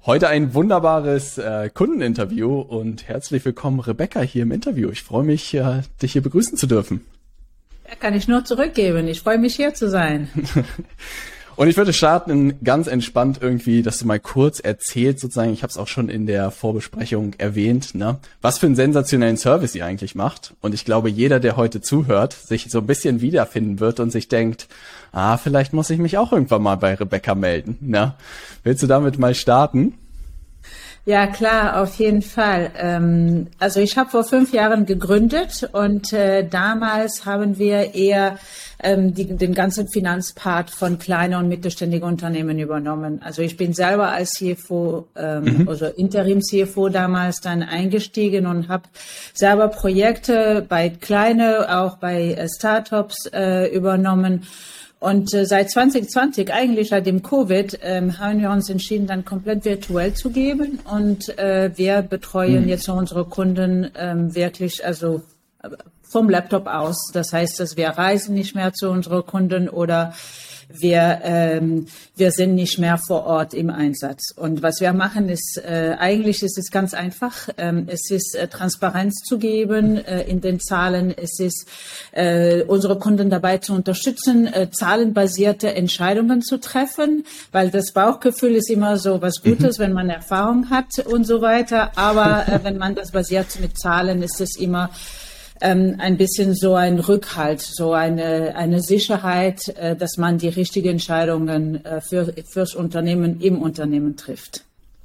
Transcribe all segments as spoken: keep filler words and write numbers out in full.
Heute ein wunderbares äh, Kundeninterview und herzlich willkommen, Rebecca, hier im Interview. Ich freue mich, äh, dich hier begrüßen zu dürfen. Ja, kann ich nur zurückgeben. Ich freue mich, hier zu sein. Und ich würde starten ganz entspannt irgendwie, dass du mal kurz erzählst, sozusagen, ich habe es auch schon in der Vorbesprechung erwähnt, ne, was für einen sensationellen Service ihr eigentlich macht. Und ich glaube, jeder, der heute zuhört, sich so ein bisschen wiederfinden wird und sich denkt, ah, vielleicht muss ich mich auch irgendwann mal bei Rebecca melden. Ne? Willst du damit mal starten? Ja, klar, auf jeden Fall. Ähm, also ich habe vor fünf Jahren gegründet und äh, damals haben wir eher ähm, die, den ganzen Finanzpart von kleinen und mittelständigen Unternehmen übernommen. Also ich bin selber als C F O, ähm, mhm. also Interim-C F O damals dann eingestiegen und habe selber Projekte bei kleinen, auch bei äh, Startups äh, übernommen. Und äh, seit zwanzig zwanzig, eigentlich seit dem Covid, ähm, haben wir uns entschieden, dann komplett virtuell zu geben. Und äh, wir betreuen mhm. jetzt unsere Kunden ähm, wirklich, also vom Laptop aus. Das heißt, dass wir reisen nicht mehr zu unseren Kunden oder wir ähm, wir sind nicht mehr vor Ort im Einsatz. Und was wir machen ist, äh, eigentlich ist es ganz einfach. Ähm, es ist äh, Transparenz zu geben äh, in den Zahlen. Es ist äh, unsere Kunden dabei zu unterstützen, äh, zahlenbasierte Entscheidungen zu treffen, weil das Bauchgefühl ist immer so was Gutes, mhm. wenn man Erfahrung hat und so weiter. Aber äh, wenn man das basiert mit Zahlen, ist es immer Ähm, ein bisschen so ein Rückhalt, so eine eine Sicherheit, äh, dass man die richtigen Entscheidungen äh, für fürs Unternehmen im Unternehmen trifft.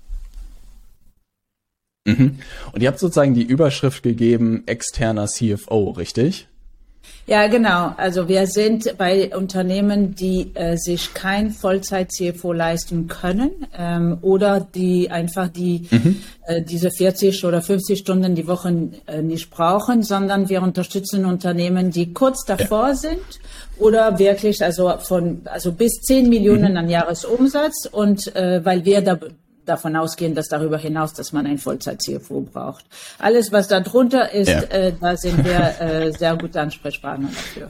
Mhm. Und ihr habt sozusagen die Überschrift gegeben, externer C F O, richtig? Ja, genau. Also wir sind bei Unternehmen, die äh, sich kein Vollzeit-C F O leisten können ähm, oder die einfach die mhm. äh, diese vierzig oder fünfzig Stunden die Woche äh, nicht brauchen, sondern wir unterstützen Unternehmen, die kurz davor ja. sind oder wirklich also von also bis zehn Millionen mhm. an Jahresumsatz und äh, weil wir da davon ausgehen, dass darüber hinaus, dass man ein Vollzeit-C F O braucht. Alles, was da drunter ist, ja. äh, da sind wir äh, sehr gute Ansprechpartner dafür.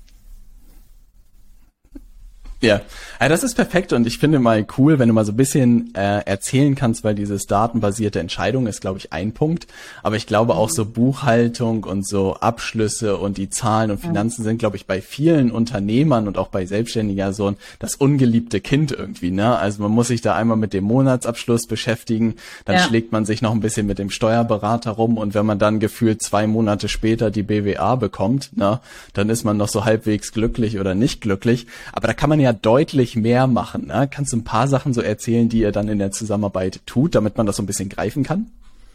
Ja. ja, das ist perfekt und ich finde mal cool, wenn du mal so ein bisschen äh, erzählen kannst, weil dieses datenbasierte Entscheidung ist, glaube ich, ein Punkt, aber ich glaube auch so Buchhaltung und so Abschlüsse und die Zahlen und Finanzen sind, glaube ich, bei vielen Unternehmern und auch bei Selbstständigen ja so ein, das ungeliebte Kind irgendwie, ne? Also man muss sich da einmal mit dem Monatsabschluss beschäftigen, dann ja. schlägt man sich noch ein bisschen mit dem Steuerberater rum und wenn man dann gefühlt zwei Monate später die B W A bekommt, ne, dann ist man noch so halbwegs glücklich oder nicht glücklich, aber da kann man ja deutlich mehr machen. Ne? Kannst du ein paar Sachen so erzählen, die ihr dann in der Zusammenarbeit tut, damit man das so ein bisschen greifen kann?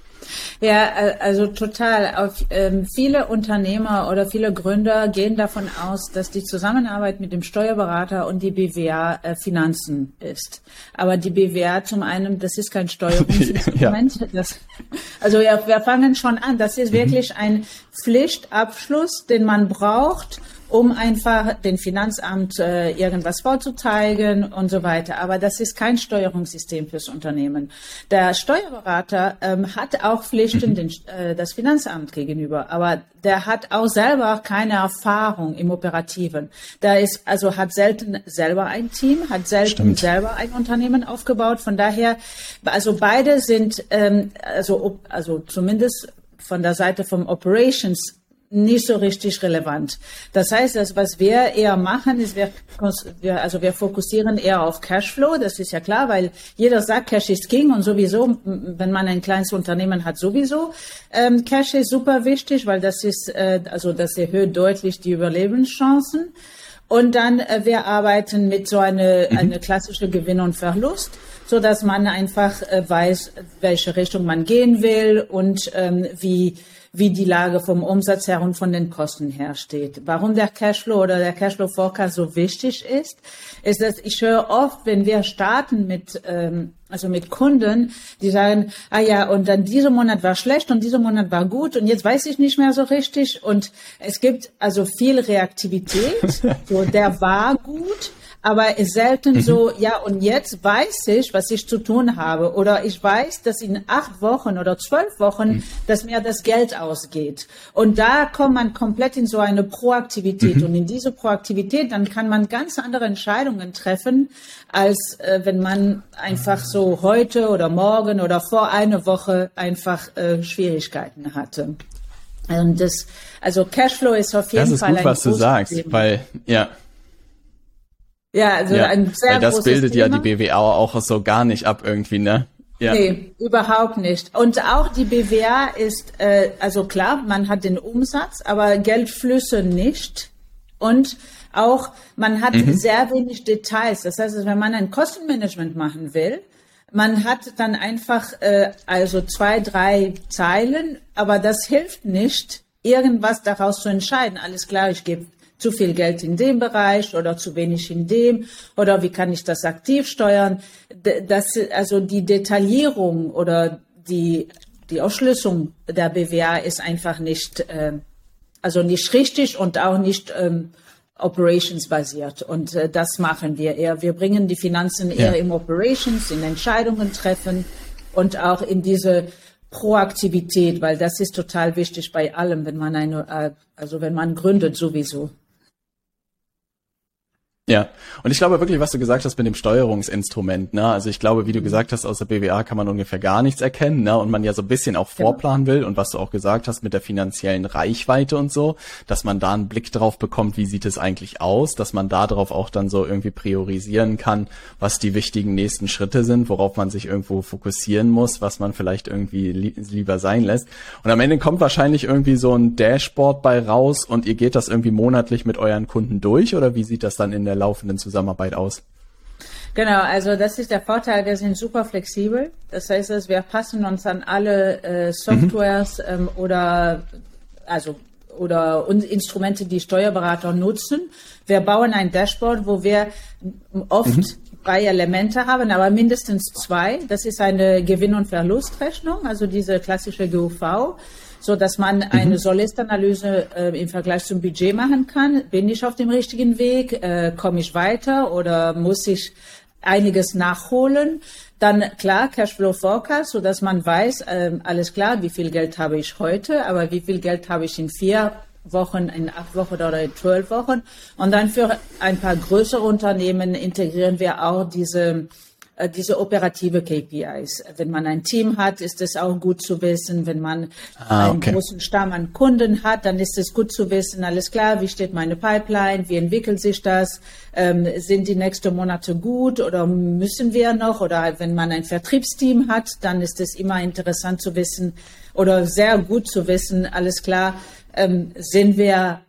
Ja, also total. Auf, ähm, viele Unternehmer oder viele Gründer gehen davon aus, dass die Zusammenarbeit mit dem Steuerberater und die B W A äh, Finanzen ist. Aber die B W A zum einen, das ist kein Steuerungsinstrument. Ja. Das, also ja, wir fangen schon an. Das ist mhm. wirklich ein Pflichtabschluss, den man braucht, um einfach den Finanzamt äh, irgendwas vorzuzeigen und so weiter. Aber das ist kein Steuerungssystem fürs Unternehmen. Der Steuerberater ähm, hat auch Pflichten mhm. den, äh, das Finanzamt gegenüber, aber der hat auch selber keine Erfahrung im Operativen. Der ist also hat selten selber ein Team, hat selten Stimmt. selber ein Unternehmen aufgebaut. Von daher, also beide sind ähm, also also zumindest von der Seite vom Operations nicht so richtig relevant. Das heißt, das, was wir eher machen, ist, wir, wir, also wir fokussieren eher auf Cashflow. Das ist ja klar, weil jeder sagt, Cash ist King und sowieso, wenn man ein kleines Unternehmen hat, sowieso. Ähm, Cash ist super wichtig, weil das ist, äh, also das erhöht deutlich die Überlebenschancen. Und dann, äh, wir arbeiten mit so eine, mhm. eine klassische Gewinn und Verlust, so dass man einfach äh, weiß, welche Richtung man gehen will und ähm, wie wie die Lage vom Umsatz her und von den Kosten her steht. Warum der Cashflow oder der Cashflow-Forecast so wichtig ist, ist, dass ich höre oft, wenn wir starten mit, ähm, also mit Kunden, die sagen, ah ja, und dann dieser Monat war schlecht und dieser Monat war gut und jetzt weiß ich nicht mehr so richtig und es gibt also viel Reaktivität, so der war gut, aber ist selten mhm. so, ja, und jetzt weiß ich, was ich zu tun habe. Oder ich weiß, dass in acht Wochen oder zwölf Wochen, mhm. dass mir das Geld ausgeht. Und da kommt man komplett in so eine Proaktivität. Mhm. Und in diese Proaktivität, dann kann man ganz andere Entscheidungen treffen, als äh, wenn man einfach so heute oder morgen oder vor einer Woche einfach äh, Schwierigkeiten hatte. Und das, also Cashflow ist auf jeden Fall ein großes Thema. Das ist gut, was du sagst, Thema. weil, ja. Ja, also ja, ein sehr weil das großes bildet Thema. ja die B W A auch so gar nicht ab irgendwie, ne? Ja. Nee, überhaupt nicht. Und auch die B W A ist, äh, also klar, man hat den Umsatz, aber Geldflüsse nicht. Und auch, man hat mhm. sehr wenig Details. Das heißt, wenn man ein Kostenmanagement machen will, man hat dann einfach äh, also zwei, drei Zeilen, aber das hilft nicht, irgendwas daraus zu entscheiden. Alles klar, ich gebe zu viel Geld in dem Bereich oder zu wenig in dem oder wie kann ich das aktiv steuern? Das, also die Detaillierung oder die die Ausschlüsselung der B W A ist einfach nicht äh, also nicht richtig und auch nicht ähm, Operations-basiert. Und äh, das machen wir eher. Wir bringen die Finanzen eher ja. im Operations, in Entscheidungen treffen und auch in diese Proaktivität, weil das ist total wichtig bei allem, wenn man eine, äh, also wenn man gründet sowieso. Ja, und ich glaube wirklich, was du gesagt hast mit dem Steuerungsinstrument, ne? Also ich glaube, wie du gesagt hast, aus der B W A kann man ungefähr gar nichts erkennen, ne? Und man ja so ein bisschen auch vorplanen will und was du auch gesagt hast mit der finanziellen Reichweite und so, dass man da einen Blick drauf bekommt, wie sieht es eigentlich aus, dass man da drauf auch dann so irgendwie priorisieren kann, was die wichtigen nächsten Schritte sind, worauf man sich irgendwo fokussieren muss, was man vielleicht irgendwie li- lieber sein lässt. Und am Ende kommt wahrscheinlich irgendwie so ein Dashboard bei raus und ihr geht das irgendwie monatlich mit euren Kunden durch oder wie sieht das dann in der laufenden Zusammenarbeit aus? Genau, also das ist der Vorteil, wir sind super flexibel. Das heißt, dass wir passen uns an alle äh, Softwares mhm. ähm, oder also oder und Instrumente, die Steuerberater nutzen. Wir bauen ein Dashboard, wo wir oft mhm. drei Elemente haben, aber mindestens zwei. Das ist eine Gewinn- und Verlustrechnung, also diese klassische G U V. So dass man eine mhm. Soll-Ist-Analyse äh, im Vergleich zum Budget machen kann. Bin ich auf dem richtigen Weg? Äh, komme ich weiter oder muss ich einiges nachholen? Dann klar Cashflow Forecast, so dass man weiß, äh, alles klar, wie viel Geld habe ich heute, aber wie viel Geld habe ich in vier Wochen, in acht Wochen oder in zwölf Wochen? Und dann für ein paar größere Unternehmen integrieren wir auch diese diese operative K P Is. Wenn man ein Team hat, ist es auch gut zu wissen. Wenn man ah, okay. einen großen Stamm an Kunden hat, dann ist es gut zu wissen, alles klar, wie steht meine Pipeline, wie entwickelt sich das, ähm, sind die nächsten Monate gut oder müssen wir noch? Oder wenn man ein Vertriebsteam hat, dann ist es immer interessant zu wissen oder sehr gut zu wissen, alles klar, ähm, sind wir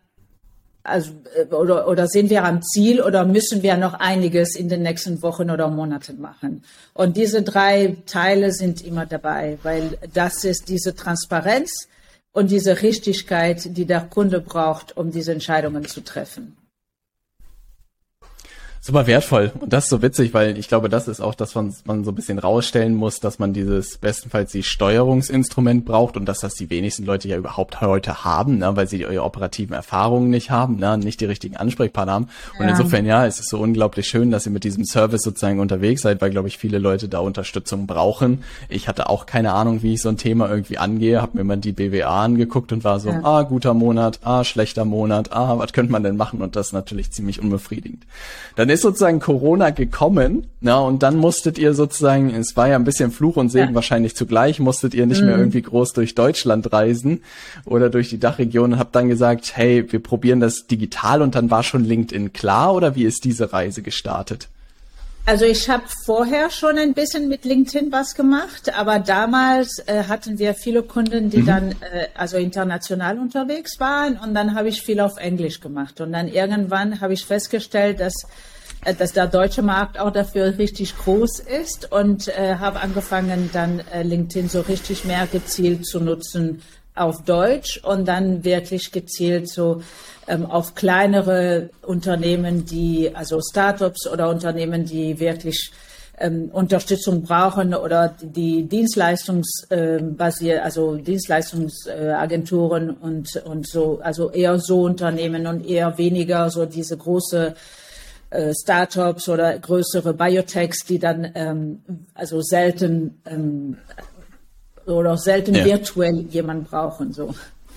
Also, oder, oder sind wir am Ziel oder müssen wir noch einiges in den nächsten Wochen oder Monaten machen? Und diese drei Teile sind immer dabei, weil das ist diese Transparenz und diese Richtigkeit, die der Kunde braucht, um diese Entscheidungen zu treffen. Super wertvoll. Und das ist so witzig, weil ich glaube, das ist auch das, was man so ein bisschen rausstellen muss, dass man dieses bestenfalls die Steuerungsinstrument braucht und dass das die wenigsten Leute ja überhaupt heute haben, ne, weil sie ihre operativen Erfahrungen nicht haben, ne, nicht die richtigen Ansprechpartner haben. Und ja. insofern, ja, es ist so unglaublich schön, dass ihr mit diesem Service sozusagen unterwegs seid, weil, glaube ich, viele Leute da Unterstützung brauchen. Ich hatte auch keine Ahnung, wie ich so ein Thema irgendwie angehe, habe mir mal die B W A angeguckt und war so, ja. ah, guter Monat, ah, schlechter Monat, ah, was könnte man denn machen? Und das ist natürlich ziemlich unbefriedigend. Dann ist sozusagen Corona gekommen, na, und dann musstet ihr sozusagen, es war ja ein bisschen Fluch und Segen ja. wahrscheinlich zugleich, musstet ihr nicht mhm. mehr irgendwie groß durch Deutschland reisen oder durch die Dachregion und habt dann gesagt, hey, wir probieren das digital und dann war schon LinkedIn klar oder wie ist diese Reise gestartet? Also ich habe vorher schon ein bisschen mit LinkedIn was gemacht, aber damals äh, hatten wir viele Kunden, die mhm. dann äh, also international unterwegs waren und dann habe ich viel auf Englisch gemacht und dann irgendwann habe ich festgestellt, dass äh, dass der deutsche Markt auch dafür richtig groß ist und äh, habe angefangen dann äh, LinkedIn so richtig mehr gezielt zu nutzen auf Deutsch und dann wirklich gezielt so ähm, auf kleinere Unternehmen, die, also Startups oder Unternehmen, die wirklich ähm, Unterstützung brauchen oder die Dienstleistungsbasiert, äh, also Dienstleistungsagenturen und, und so, also eher so Unternehmen und eher weniger so diese große äh, Startups oder größere Biotechs, die dann ähm, also selten ähm, oder auch selten ja. virtuell jemanden brauchen, so.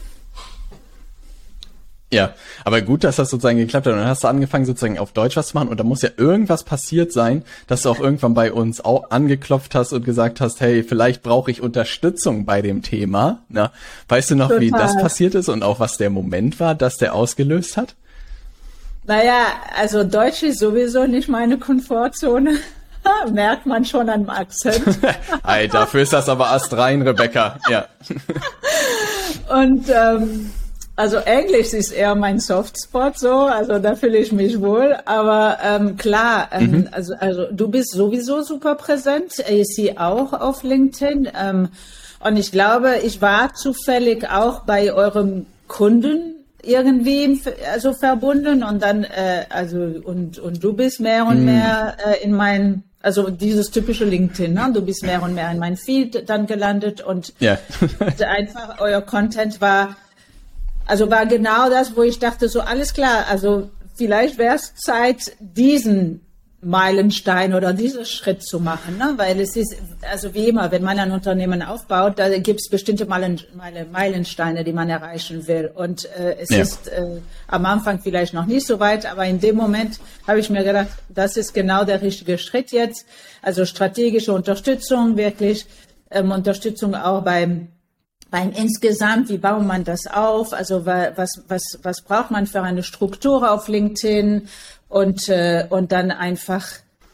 Ja, aber gut, dass das sozusagen geklappt hat. Und dann hast du angefangen, sozusagen auf Deutsch was zu machen. Und da muss ja irgendwas passiert sein, dass du auch irgendwann bei uns auch angeklopft hast und gesagt hast, hey, vielleicht brauche ich Unterstützung bei dem Thema. Na, weißt du noch, Total. Wie das passiert ist und auch was der Moment war, dass der ausgelöst hat? Naja, also Deutsch ist sowieso nicht meine Komfortzone. Merkt man schon an dem Akzent. Hey, dafür ist das aber astrein, Rebecca. Ja. Und ähm, also Englisch ist eher mein Softspot, so, also da fühle ich mich wohl. Aber ähm, klar, ähm, mhm. also also du bist sowieso super präsent. Ich sehe auch auf LinkedIn. Ähm, und ich glaube, ich war zufällig auch bei eurem Kunden irgendwie also verbunden und dann äh, also und und du bist mehr und mhm. mehr äh, in mein also dieses typische LinkedIn, ne? Du bist mehr und mehr in mein Feed dann gelandet und ja. einfach euer Content war also war genau das, wo ich dachte, so alles klar, also vielleicht wäre es Zeit, diesen Meilenstein oder diesen Schritt zu machen, ne? Weil es ist, also wie immer, wenn man ein Unternehmen aufbaut, da gibt es bestimmte Meilensteine, die man erreichen will. Und äh, es ja. ist äh, am Anfang vielleicht noch nicht so weit, aber in dem Moment habe ich mir gedacht, das ist genau der richtige Schritt jetzt. Also strategische Unterstützung, wirklich ähm, Unterstützung auch beim beim insgesamt, wie baut man das auf? Also was was was braucht man für eine Struktur auf LinkedIn? Und äh, und dann einfach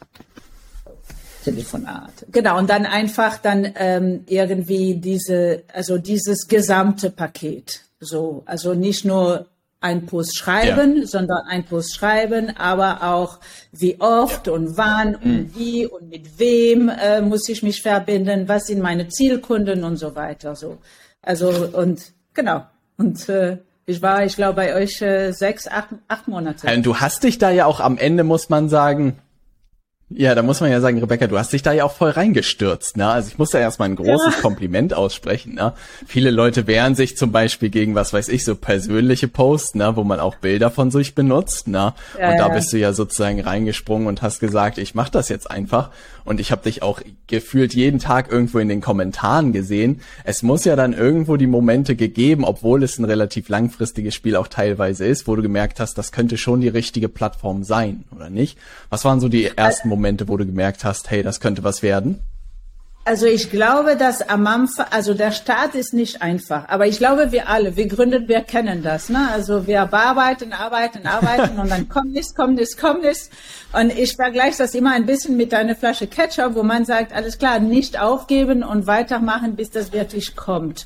Telefonat. Genau, und dann einfach dann ähm, irgendwie diese, also dieses gesamte Paket. So, also nicht nur ein Post schreiben, ja. sondern ein Post schreiben, aber auch wie oft ja. und wann mhm. und wie und mit wem äh, muss ich mich verbinden, was sind meine Zielkunden und so weiter. So, also und genau und äh, Ich war, ich glaube, bei euch äh, sechs, acht, acht Monate. Und du hast dich da ja auch am Ende, muss man sagen, ja, da muss man ja sagen, Rebecca, du hast dich da ja auch voll reingestürzt, ne? Also ich muss da erstmal ein großes ja. Kompliment aussprechen, ne? Viele Leute wehren sich zum Beispiel gegen, was weiß ich, so persönliche Posts, ne? Wo man auch Bilder von sich benutzt, ne? Ja, und da ja. bist du ja sozusagen reingesprungen und hast gesagt, ich mach das jetzt einfach. Und ich habe dich auch gefühlt jeden Tag irgendwo in den Kommentaren gesehen. Es muss ja dann irgendwo die Momente gegeben, obwohl es ein relativ langfristiges Spiel auch teilweise ist, wo du gemerkt hast, das könnte schon die richtige Plattform sein, oder nicht? Was waren so die ersten Momente? Momente, wo du gemerkt hast, hey, das könnte was werden? Also ich glaube, dass am Anfang, also der Start ist nicht einfach, aber ich glaube, wir alle, wir Gründer, wir kennen das, ne? Also wir arbeiten, arbeiten, arbeiten und dann kommt nichts, kommt nichts, kommt nichts. Und ich vergleiche das immer ein bisschen mit einer Flasche Ketchup, wo man sagt, alles klar, nicht aufgeben und weitermachen, bis das wirklich kommt.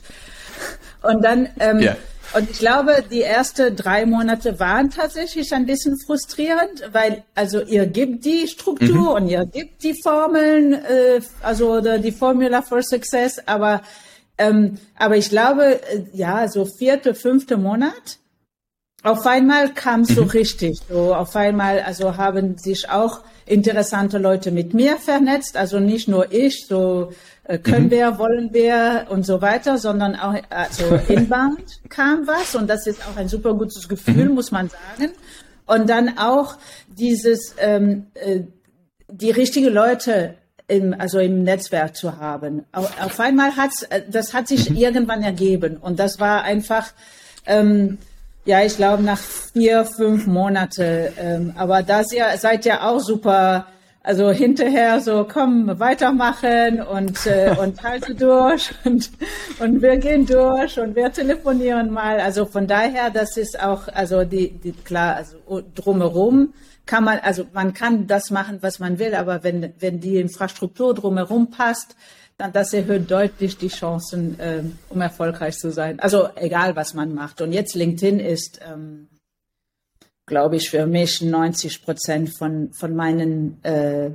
Und dann, ähm, yeah. Und ich glaube, die ersten drei Monate waren tatsächlich ein bisschen frustrierend, weil also ihr gibt die Struktur mhm. und ihr gibt die Formeln, äh, also die Formula for Success, aber ähm, aber ich glaube, äh, ja, so vierte, fünfte Monat, auf einmal kam es so mhm. richtig, so auf einmal, also haben sich auch interessante Leute mit mir vernetzt, also nicht nur ich, so äh, können mhm. wir, wollen wir und so weiter, sondern auch also inbound kam was und das ist auch ein super gutes Gefühl, mhm. muss man sagen. Und dann auch dieses ähm, äh, die richtigen Leute im also im Netzwerk zu haben. Auf, auf einmal hat's das hat sich mhm. irgendwann ergeben und das war einfach ähm, ja, ich glaube nach vier, fünf Monate. Ähm, aber da ihr, seid ihr auch super, also hinterher so, komm, weitermachen und äh, und halte durch und und wir gehen durch und wir telefonieren mal. Also von daher, das ist auch, also die, die klar, also drumherum kann man, also man kann das machen, was man will, aber wenn wenn die Infrastruktur drumherum passt, dann das erhöht deutlich die Chancen, ähm, um erfolgreich zu sein. Also egal, was man macht. Und jetzt LinkedIn ist, ähm, glaube ich, für mich neunzig Prozent von von meinen äh,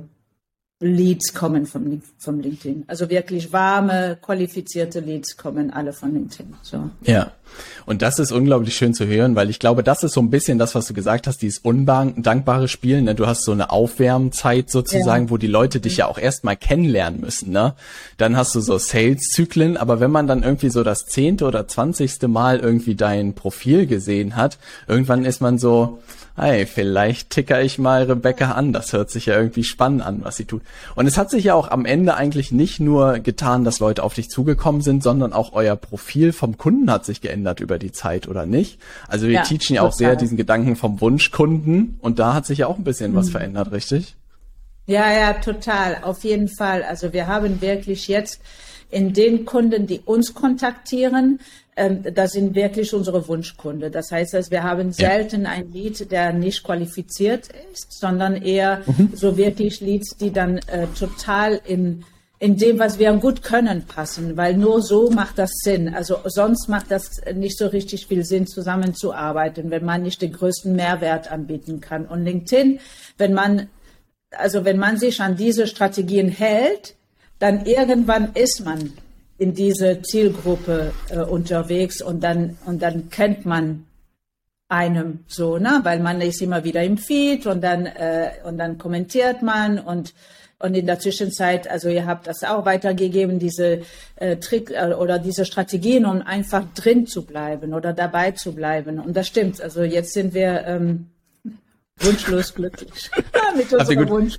Leads kommen vom, vom LinkedIn. Also wirklich warme, qualifizierte Leads kommen alle von LinkedIn. So. Ja. Und das ist unglaublich schön zu hören, weil ich glaube, das ist so ein bisschen das, was du gesagt hast, dieses undankbare Spiel. Ne? Du hast so eine Aufwärmzeit sozusagen, ja. wo die Leute dich ja auch erstmal kennenlernen müssen. Ne? Dann hast du so Sales-Zyklen, aber wenn man dann irgendwie so das zehnte oder zwanzigste Mal irgendwie dein Profil gesehen hat, irgendwann ist man so, hey, vielleicht ticker ich mal Rebecca an. Das hört sich ja irgendwie spannend an, was sie tut. Und es hat sich ja auch am Ende eigentlich nicht nur getan, dass Leute auf dich zugekommen sind, sondern auch euer Profil vom Kunden hat sich geändert über die Zeit, oder nicht? Also wir ja, teachen ja auch sehr diesen Gedanken vom Wunschkunden und da hat sich ja auch ein bisschen mhm. was verändert, richtig? Ja, ja, total. Auf jeden Fall. Also wir haben wirklich jetzt in den Kunden, die uns kontaktieren, ähm, das sind wirklich unsere Wunschkunden. Das heißt, dass wir haben selten ja. ein Lead, der nicht qualifiziert ist, sondern eher mhm. so wirklich Leads, die dann äh, total in in dem, was wir gut können, passen, weil nur so macht das Sinn. Also sonst macht das nicht so richtig viel Sinn, zusammenzuarbeiten, wenn man nicht den größten Mehrwert anbieten kann. Und LinkedIn, wenn man also wenn man sich an diese Strategien hält, dann irgendwann ist man in diese Zielgruppe äh, unterwegs und dann und dann kennt man einem so, ne, weil man ist immer wieder im Feed und dann äh, und dann kommentiert man und und in der Zwischenzeit, also ihr habt das auch weitergegeben, diese äh, Trick äh, oder diese Strategien, um einfach drin zu bleiben oder dabei zu bleiben. Und das stimmt. Also jetzt sind wir ähm, wunschlos glücklich mit unserem Wunsch.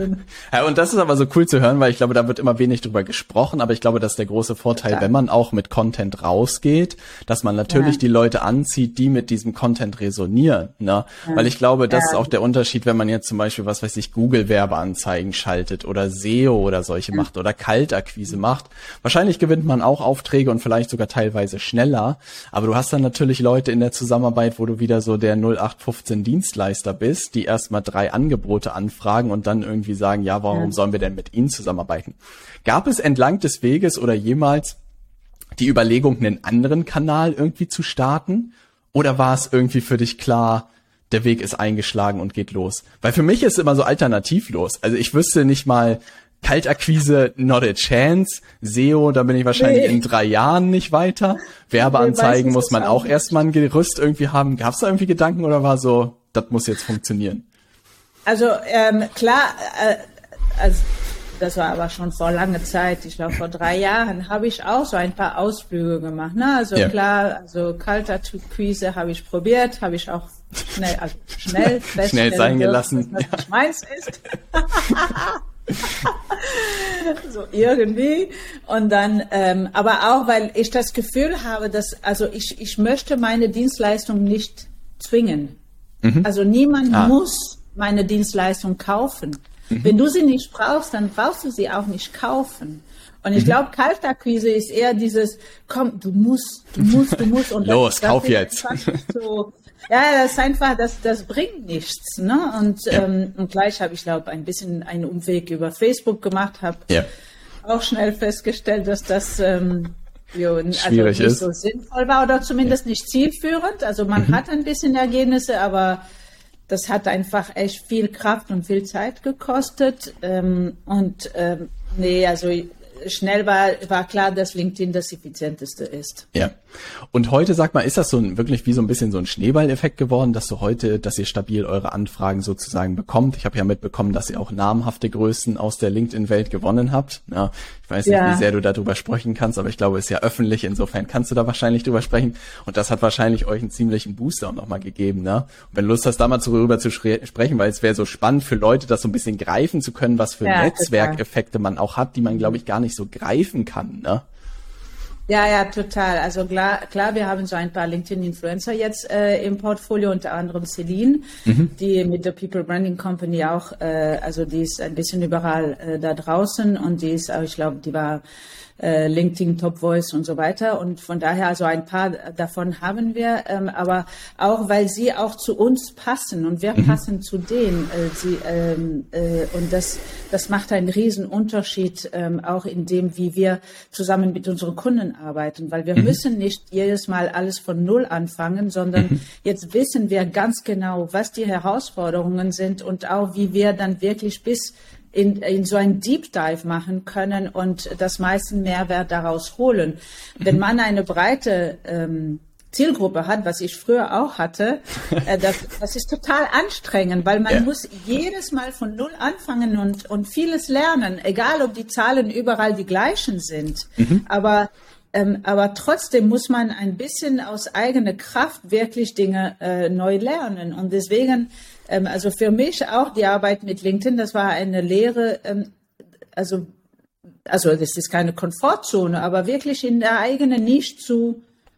Ja, und das ist aber so cool zu hören, weil ich glaube, da wird immer wenig drüber gesprochen, aber ich glaube, das ist der große Vorteil, Total. wenn man auch mit Content rausgeht, dass man natürlich ja. die Leute anzieht, die mit diesem Content resonieren, ne? Ja. Weil ich glaube, das ja. ist auch der Unterschied, wenn man jetzt zum Beispiel, was weiß ich, Google-Werbeanzeigen schaltet oder S E O oder solche ja. macht oder Kaltakquise macht. Wahrscheinlich gewinnt man auch Aufträge und vielleicht sogar teilweise schneller, aber du hast dann natürlich Leute in der Zusammenarbeit, wo du wieder so der null acht fünfzehn Dienstleister bist, die erstmal drei Angebote anfragen und dann irgendwie sagen, ja, warum ja. sollen wir denn mit ihnen zusammenarbeiten? Gab es entlang des Weges oder jemals die Überlegung, einen anderen Kanal irgendwie zu starten? Oder war es irgendwie für dich klar, der Weg ist eingeschlagen und geht los? Weil für mich ist es immer so alternativlos. Also ich wüsste nicht mal, Kaltakquise, not a chance. S E O, da bin ich wahrscheinlich nee. in drei Jahren nicht weiter. Werbeanzeigen nee, muss man auch erstmal ein Gerüst irgendwie haben. Gab es da irgendwie Gedanken oder war so, das muss jetzt funktionieren? Also ähm, klar, äh, also das war aber schon vor langer Zeit, ich glaube vor drei Jahren, habe ich auch so ein paar Ausflüge gemacht. Ne? Also ja. klar, also Kaltakquise habe ich probiert, habe ich auch schnell, also schnell schnell sein gelassen, dass das nicht meins ist. So irgendwie und dann ähm, aber auch, weil ich das Gefühl habe, dass also ich ich möchte meine Dienstleistung nicht zwingen. Mhm. Also niemand ah. muss meine Dienstleistung kaufen. Mhm. Wenn du sie nicht brauchst, dann brauchst du sie auch nicht kaufen. Und ich mhm. glaube, Kaltakquise ist eher dieses, komm, du musst, du musst, du musst. Und los, das, kauf das jetzt. So, ja, das ist einfach, das, das bringt nichts, ne? Und, ja. ähm, und gleich habe ich, glaube ein bisschen einen Umweg über Facebook gemacht, habe ja. auch schnell festgestellt, dass das ähm, jo, also schwierig nicht ist. so sinnvoll war oder zumindest ja. nicht zielführend. Also man mhm. hat ein bisschen Ergebnisse, aber das hat einfach echt viel Kraft und viel Zeit gekostet. Ähm, und ähm, nee, also schnell war, war klar, dass LinkedIn das effizienteste ist. Ja. Und heute, sag mal, ist das so ein, wirklich wie so ein bisschen so ein Schneeballeffekt geworden, dass du heute, dass ihr stabil eure Anfragen sozusagen bekommt? Ich habe ja mitbekommen, dass ihr auch namhafte Größen aus der LinkedIn-Welt gewonnen habt. Ja, ich weiß nicht, ja. wie sehr du darüber sprechen kannst, aber ich glaube, es ist ja öffentlich. Insofern kannst du da wahrscheinlich drüber sprechen. Und das hat wahrscheinlich euch einen ziemlichen Booster auch nochmal gegeben, ne? Und wenn du Lust hast, da mal darüber zu sprechen, weil es wäre so spannend für Leute, das so ein bisschen greifen zu können, was für ja, Netzwerkeffekte man auch hat, die man, glaube ich, gar nicht so greifen kann, ne? Ja, ja, total. Also klar, klar, wir haben so ein paar LinkedIn-Influencer jetzt äh, im Portfolio, unter anderem Celine, mhm. die mit der People Branding Company auch, äh, also die ist ein bisschen überall äh, da draußen und die ist, ich glaube, die war äh, LinkedIn Top Voice und so weiter und von daher, also ein paar davon haben wir, ähm, aber auch, weil sie auch zu uns passen und wir mhm. passen zu denen. Äh, sie, ähm, äh, und das, das macht einen riesen Unterschied, ähm, auch in dem, wie wir zusammen mit unseren Kunden arbeiten, weil wir mhm. müssen nicht jedes Mal alles von Null anfangen, sondern mhm. jetzt wissen wir ganz genau, was die Herausforderungen sind und auch, wie wir dann wirklich bis in, in so ein Deep Dive machen können und das meiste Mehrwert daraus holen. Mhm. Wenn man eine breite ähm, Zielgruppe hat, was ich früher auch hatte, äh, das, das ist total anstrengend, weil man ja. muss jedes Mal von Null anfangen und, und vieles lernen, egal ob die Zahlen überall die gleichen sind. Mhm. Aber ähm, aber trotzdem muss man ein bisschen aus eigener Kraft wirklich Dinge äh, neu lernen. Und deswegen, ähm, also für mich auch die Arbeit mit LinkedIn, das war eine Lehre, ähm, also, also das ist keine Komfortzone, aber wirklich in der eigenen Nische zu,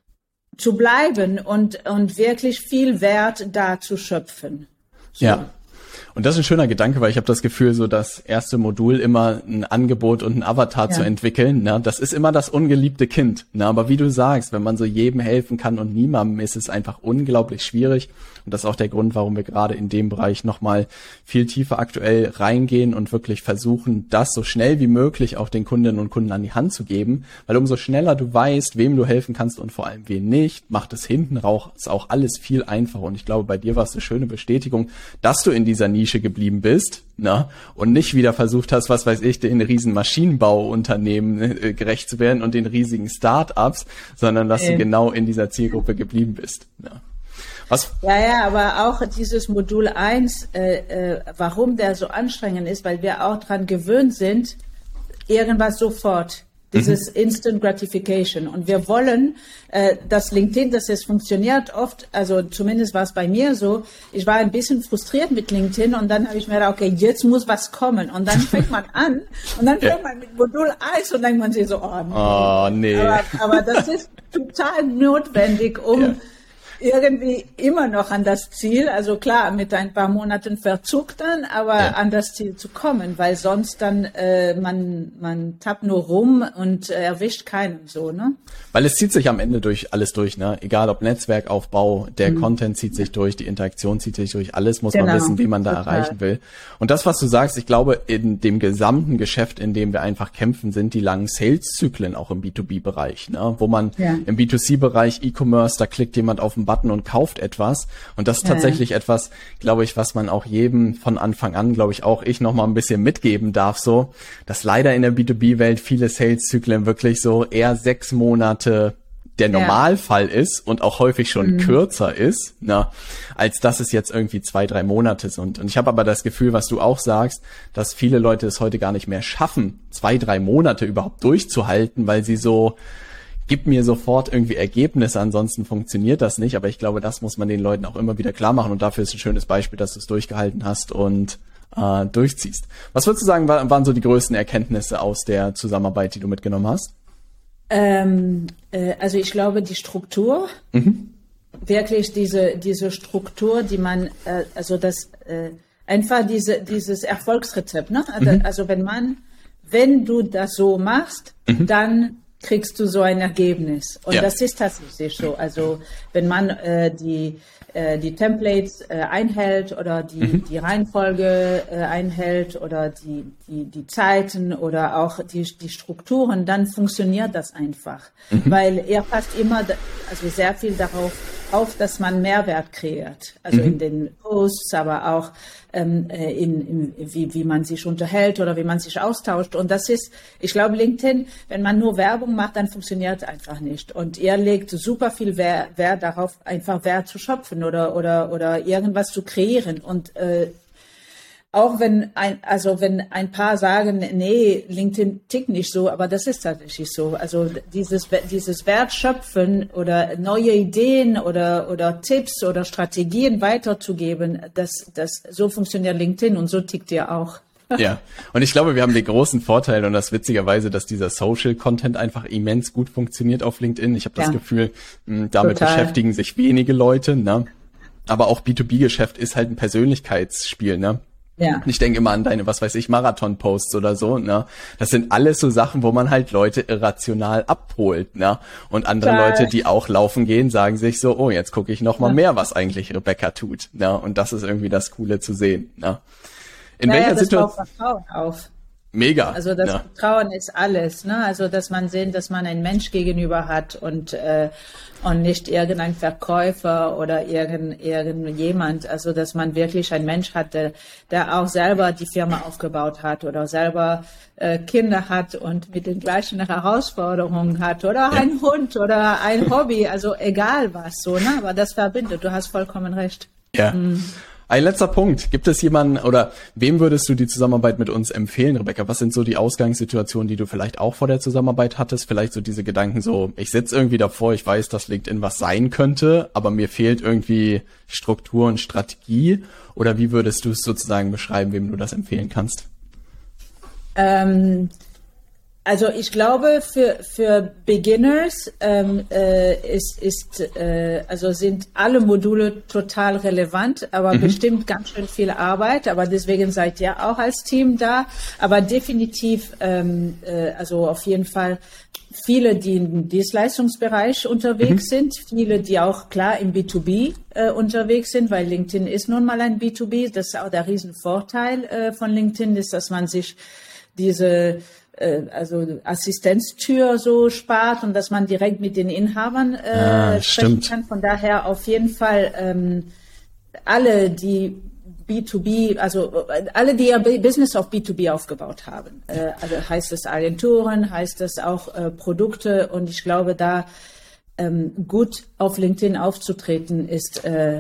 zu bleiben und, und wirklich viel Wert da zu schöpfen. So. Ja. Und das ist ein schöner Gedanke, weil ich habe das Gefühl, so das erste Modul immer ein Angebot und ein Avatar ja. zu entwickeln, ne, das ist immer das ungeliebte Kind. Ne, aber wie du sagst, wenn man so jedem helfen kann und niemandem, ist es einfach unglaublich schwierig. Und das ist auch der Grund, warum wir gerade in dem Bereich nochmal viel tiefer aktuell reingehen und wirklich versuchen, das so schnell wie möglich auch den Kundinnen und Kunden an die Hand zu geben. Weil umso schneller du weißt, wem du helfen kannst und vor allem wem nicht, macht es hinten raus auch alles viel einfacher. Und ich glaube, bei dir war es eine schöne Bestätigung, dass du in dieser Nische geblieben bist, ne, und nicht wieder versucht hast, was weiß ich, den riesen Maschinenbauunternehmen äh, gerecht zu werden und den riesigen Start-ups, sondern dass ähm. du genau in dieser Zielgruppe geblieben bist. Ne. Was? Ja, ja, aber auch dieses Modul eins, äh, äh, warum der so anstrengend ist, weil wir auch dran gewöhnt sind, irgendwas sofort. Dieses mhm. Instant Gratification. Und wir wollen, äh, dass LinkedIn, dass es funktioniert oft, also zumindest war es bei mir so, ich war ein bisschen frustriert mit LinkedIn und dann habe ich mir gedacht, okay, jetzt muss was kommen. Und dann fängt man an und dann fängt man mit Modul eins und dann denkt man sich so, oh nee. Oh, nee. Aber, aber das ist total notwendig, um ja. irgendwie immer noch an das Ziel, also klar, mit ein paar Monaten Verzug dann, aber ja. an das Ziel zu kommen, weil sonst dann äh, man man tappt nur rum und äh, erwischt keinen so, ne? Weil es zieht sich am Ende durch alles durch, ne? Egal ob Netzwerkaufbau, der mhm. Content zieht sich durch, die Interaktion zieht sich durch, alles muss genau. man wissen, wie man da Total. erreichen will. Und das, was du sagst, ich glaube, in dem gesamten Geschäft, in dem wir einfach kämpfen, sind die langen Sales-Zyklen auch im B zwei B-Bereich, ne? Wo man ja. im B zwei C-Bereich E-Commerce, da klickt jemand auf den Button und kauft etwas. Und das ist tatsächlich ja. etwas, glaube ich, was man auch jedem von Anfang an, glaube ich, auch ich noch mal ein bisschen mitgeben darf, so, dass leider in der B zwei B-Welt viele Sales-Zyklen wirklich so eher sechs Monate der Normalfall ja. ist und auch häufig schon mhm. kürzer ist, na, als dass es jetzt irgendwie zwei, drei Monate sind. Und ich habe aber das Gefühl, was du auch sagst, dass viele Leute es heute gar nicht mehr schaffen, zwei, drei Monate überhaupt durchzuhalten, weil sie so, gib mir sofort irgendwie Ergebnisse, ansonsten funktioniert das nicht. Aber ich glaube, das muss man den Leuten auch immer wieder klar machen. Und dafür ist ein schönes Beispiel, dass du es durchgehalten hast und äh, durchziehst. Was würdest du sagen, war, waren so die größten Erkenntnisse aus der Zusammenarbeit, die du mitgenommen hast? Ähm, äh, also ich glaube, die Struktur, mhm. wirklich diese diese Struktur, die man, äh, also das äh, einfach diese dieses Erfolgsrezept, ne? Also, mhm. also wenn man, wenn du das so machst, mhm. dann kriegst du so ein Ergebnis. Und ja. das ist tatsächlich so. Also wenn man äh, die äh, die Templates äh, einhält oder die mhm. die Reihenfolge äh, einhält oder die die die Zeiten oder auch die die Strukturen, dann funktioniert das einfach, mhm. weil er passt immer also sehr viel darauf auf, dass man Mehrwert kreiert, also mhm. in den Posts, aber auch ähm, in, in wie wie man sich unterhält oder wie man sich austauscht. Und das ist, ich glaube, LinkedIn, wenn man nur Werbung macht, dann funktioniert es einfach nicht. Und er legt super viel Wert, Wert darauf, einfach Wert zu schöpfen oder oder oder irgendwas zu kreieren. Und äh, auch wenn ein, also wenn ein paar sagen, nee, LinkedIn tickt nicht so, aber das ist tatsächlich so. Also dieses, dieses Wertschöpfen oder neue Ideen oder, oder Tipps oder Strategien weiterzugeben, das, das, so funktioniert LinkedIn und so tickt ihr auch. Ja, und ich glaube, wir haben den großen Vorteil und das witzigerweise, dass dieser Social-Content einfach immens gut funktioniert auf LinkedIn. Ich habe das ja. Gefühl, damit Total. beschäftigen sich wenige Leute, ne? Aber auch B zwei B-Geschäft ist halt ein Persönlichkeitsspiel, ne? Ja. Ich denke immer an deine, was weiß ich, Marathon-Posts oder so, ne? Das sind alles so Sachen, wo man halt Leute irrational abholt, ne? Und andere Klar. Leute, die auch laufen gehen, sagen sich so, oh, jetzt gucke ich noch mal ja. mehr, was eigentlich Rebecca tut, ne? Und das ist irgendwie das Coole zu sehen, ne? In naja, welcher das Situation? Vertrauen auf. Mega. Also das ja. Vertrauen ist alles, ne? Also dass man sehen, dass man einen Mensch gegenüber hat und äh, und nicht irgendein Verkäufer oder irgend irgendjemand. Also dass man wirklich einen Mensch hat, der, der auch selber die Firma aufgebaut hat oder selber äh, Kinder hat und mit den gleichen Herausforderungen hat oder ja. ein Hund oder ein Hobby. Also egal was, so, ne? Aber das verbindet. Du hast vollkommen recht. Ja. Mhm. Ein letzter Punkt. Gibt es jemanden oder wem würdest du die Zusammenarbeit mit uns empfehlen, Rebecca? Was sind so die Ausgangssituationen, die du vielleicht auch vor der Zusammenarbeit hattest? Vielleicht so diese Gedanken so, ich sitze irgendwie davor, ich weiß, dass LinkedIn was sein könnte, aber mir fehlt irgendwie Struktur und Strategie. Oder wie würdest du es sozusagen beschreiben, wem du das empfehlen kannst? Ähm Also ich glaube, für für Beginners ähm, äh, ist ist äh, also sind alle Module total relevant, aber mhm. bestimmt ganz schön viel Arbeit. Aber deswegen seid ihr auch als Team da. Aber definitiv, ähm, äh, also auf jeden Fall viele, die im Dienstleistungsbereich unterwegs mhm. sind, viele, die auch klar im B zwei B äh, unterwegs sind, weil LinkedIn ist nun mal ein B zwei B. Das ist auch der Riesenvorteil äh, von LinkedIn, ist, dass man sich diese also Assistenztür so spart und dass man direkt mit den Inhabern äh, ah, sprechen stimmt. kann. Von daher auf jeden Fall ähm, alle, die B zwei B, also alle, die ihr Business auf B zwei B aufgebaut haben. Äh, also heißt es Agenturen, heißt es auch äh, Produkte und ich glaube, da ähm, gut auf LinkedIn aufzutreten ist äh,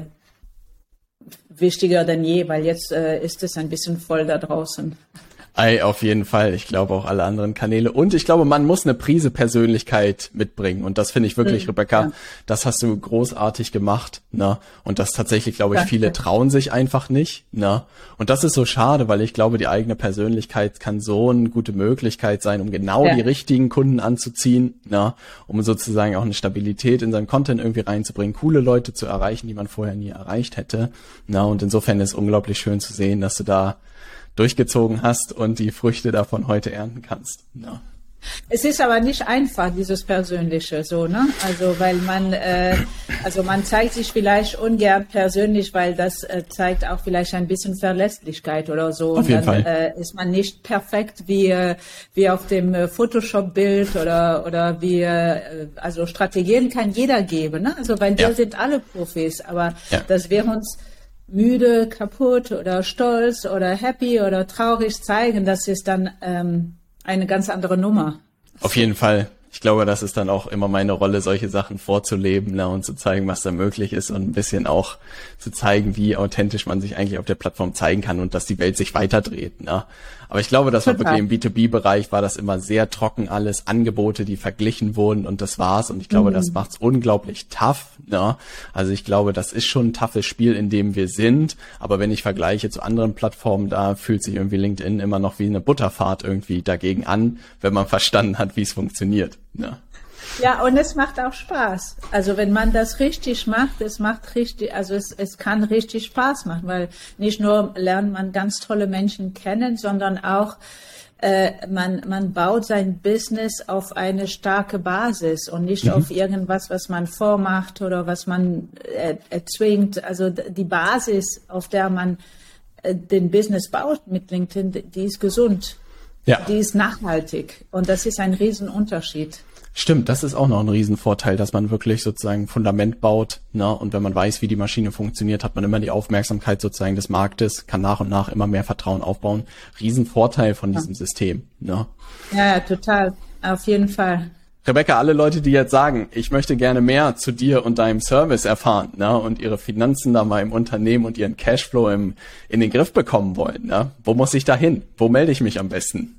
wichtiger denn je, weil jetzt äh, ist es ein bisschen voll da draußen. Ei, auf jeden Fall. Ich glaube auch alle anderen Kanäle. Und ich glaube, man muss eine Prise Persönlichkeit mitbringen. Und das finde ich wirklich, mhm, Rebecca, ja. das hast du großartig gemacht. Ne? Und das tatsächlich, glaube ich, Danke. Viele trauen sich einfach nicht. Ne? Und das ist so schade, weil ich glaube, die eigene Persönlichkeit kann so eine gute Möglichkeit sein, um genau ja. die richtigen Kunden anzuziehen, ne? Um sozusagen auch eine Stabilität in seinen Content irgendwie reinzubringen, coole Leute zu erreichen, die man vorher nie erreicht hätte. Ne? Und insofern ist es unglaublich schön zu sehen, dass du da durchgezogen hast und die Früchte davon heute ernten kannst. Ja. Es ist aber nicht einfach, dieses Persönliche, so, ne? Also, weil man, äh, also man zeigt sich vielleicht ungern persönlich, weil das äh, zeigt auch vielleicht ein bisschen Verlässlichkeit oder so. Auf jeden und dann Fall. Äh, ist man nicht perfekt wie äh, wie auf dem äh, Photoshop-Bild oder oder wie, äh, also Strategien kann jeder geben, ne? Also, weil wir ja. sind alle Profis, aber ja. dass wir uns müde, kaputt oder stolz oder happy oder traurig zeigen, das ist dann ähm, eine ganz andere Nummer. Auf jeden Fall. Ich glaube, das ist dann auch immer meine Rolle, solche Sachen vorzuleben, ne, und zu zeigen, was da möglich ist und ein bisschen auch zu zeigen, wie authentisch man sich eigentlich auf der Plattform zeigen kann und dass die Welt sich weiterdreht. Ne. Aber ich glaube, das war wirklich im B zwei B-Bereich war das immer sehr trocken alles, Angebote, die verglichen wurden und das war's. Und ich glaube, mhm. das macht's unglaublich tough. Ne. Also ich glaube, das ist schon ein toughes Spiel, in dem wir sind. Aber wenn ich vergleiche zu anderen Plattformen, da fühlt sich irgendwie LinkedIn immer noch wie eine Butterfahrt irgendwie dagegen an, wenn man verstanden hat, wie es funktioniert. Ja. Ja, und es macht auch Spaß. Also wenn man das richtig macht, es macht richtig, also es, es kann richtig Spaß machen, weil nicht nur lernt man ganz tolle Menschen kennen, sondern auch äh, man man baut sein Business auf eine starke Basis und nicht mhm. auf irgendwas, was man vormacht oder was man äh, erzwingt. Also die Basis, auf der man äh, den Business baut mit LinkedIn, die ist gesund. Ja. Die ist nachhaltig und das ist ein Riesenunterschied. Stimmt, das ist auch noch ein Riesenvorteil, dass man wirklich sozusagen ein Fundament baut, ne? Und wenn man weiß, wie die Maschine funktioniert, hat man immer die Aufmerksamkeit sozusagen des Marktes, kann nach und nach immer mehr Vertrauen aufbauen. Riesenvorteil von diesem ja. System, ne? Ja, total, auf jeden Fall. Rebecca, alle Leute, die jetzt sagen, ich möchte gerne mehr zu dir und deinem Service erfahren, ne, und ihre Finanzen da mal im Unternehmen und ihren Cashflow im, in den Griff bekommen wollen, ne, wo muss ich da hin? Wo melde ich mich am besten?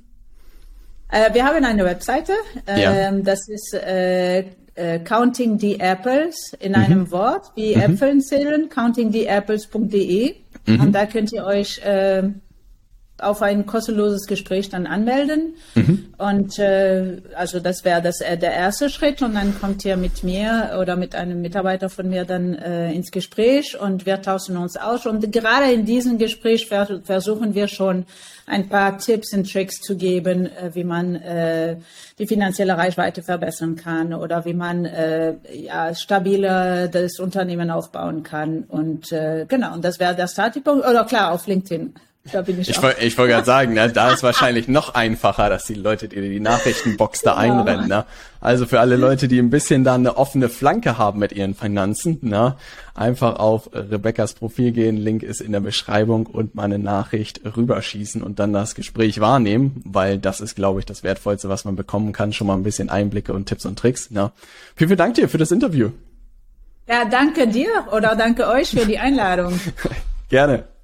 Äh, wir haben eine Webseite, äh, ja. das ist äh, äh, Counting the Apples in mhm. einem Wort, wie mhm. Äpfeln zählen, counting the apples punkt de mhm. und da könnt ihr euch äh, auf ein kostenloses Gespräch dann anmelden. Mhm. Und äh, also das wäre das äh, der erste Schritt und dann kommt ihr mit mir oder mit einem Mitarbeiter von mir dann äh, ins Gespräch und wir tauschen uns aus. Und gerade in diesem Gespräch vers- versuchen wir schon ein paar Tipps und Tricks zu geben, äh, wie man äh, die finanzielle Reichweite verbessern kann oder wie man äh, ja stabiler das Unternehmen aufbauen kann. Und äh, genau, und das wäre der Startpunkt. Oder klar, auf LinkedIn. Da bin ich ich wollte ich wollte gerade sagen, ne, da ist wahrscheinlich noch einfacher, dass die Leute dir die Nachrichtenbox da genau. einrennen. Ne? Also für alle Leute, die ein bisschen da eine offene Flanke haben mit ihren Finanzen, ne, einfach auf Rebeccas Profil gehen, Link ist in der Beschreibung und mal eine Nachricht rüberschießen und dann das Gespräch wahrnehmen, weil das ist, glaube ich, das Wertvollste, was man bekommen kann. Schon mal ein bisschen Einblicke und Tipps und Tricks. Ne? Vielen, vielen Dank dir für das Interview. Ja, danke dir oder danke euch für die Einladung. Gerne.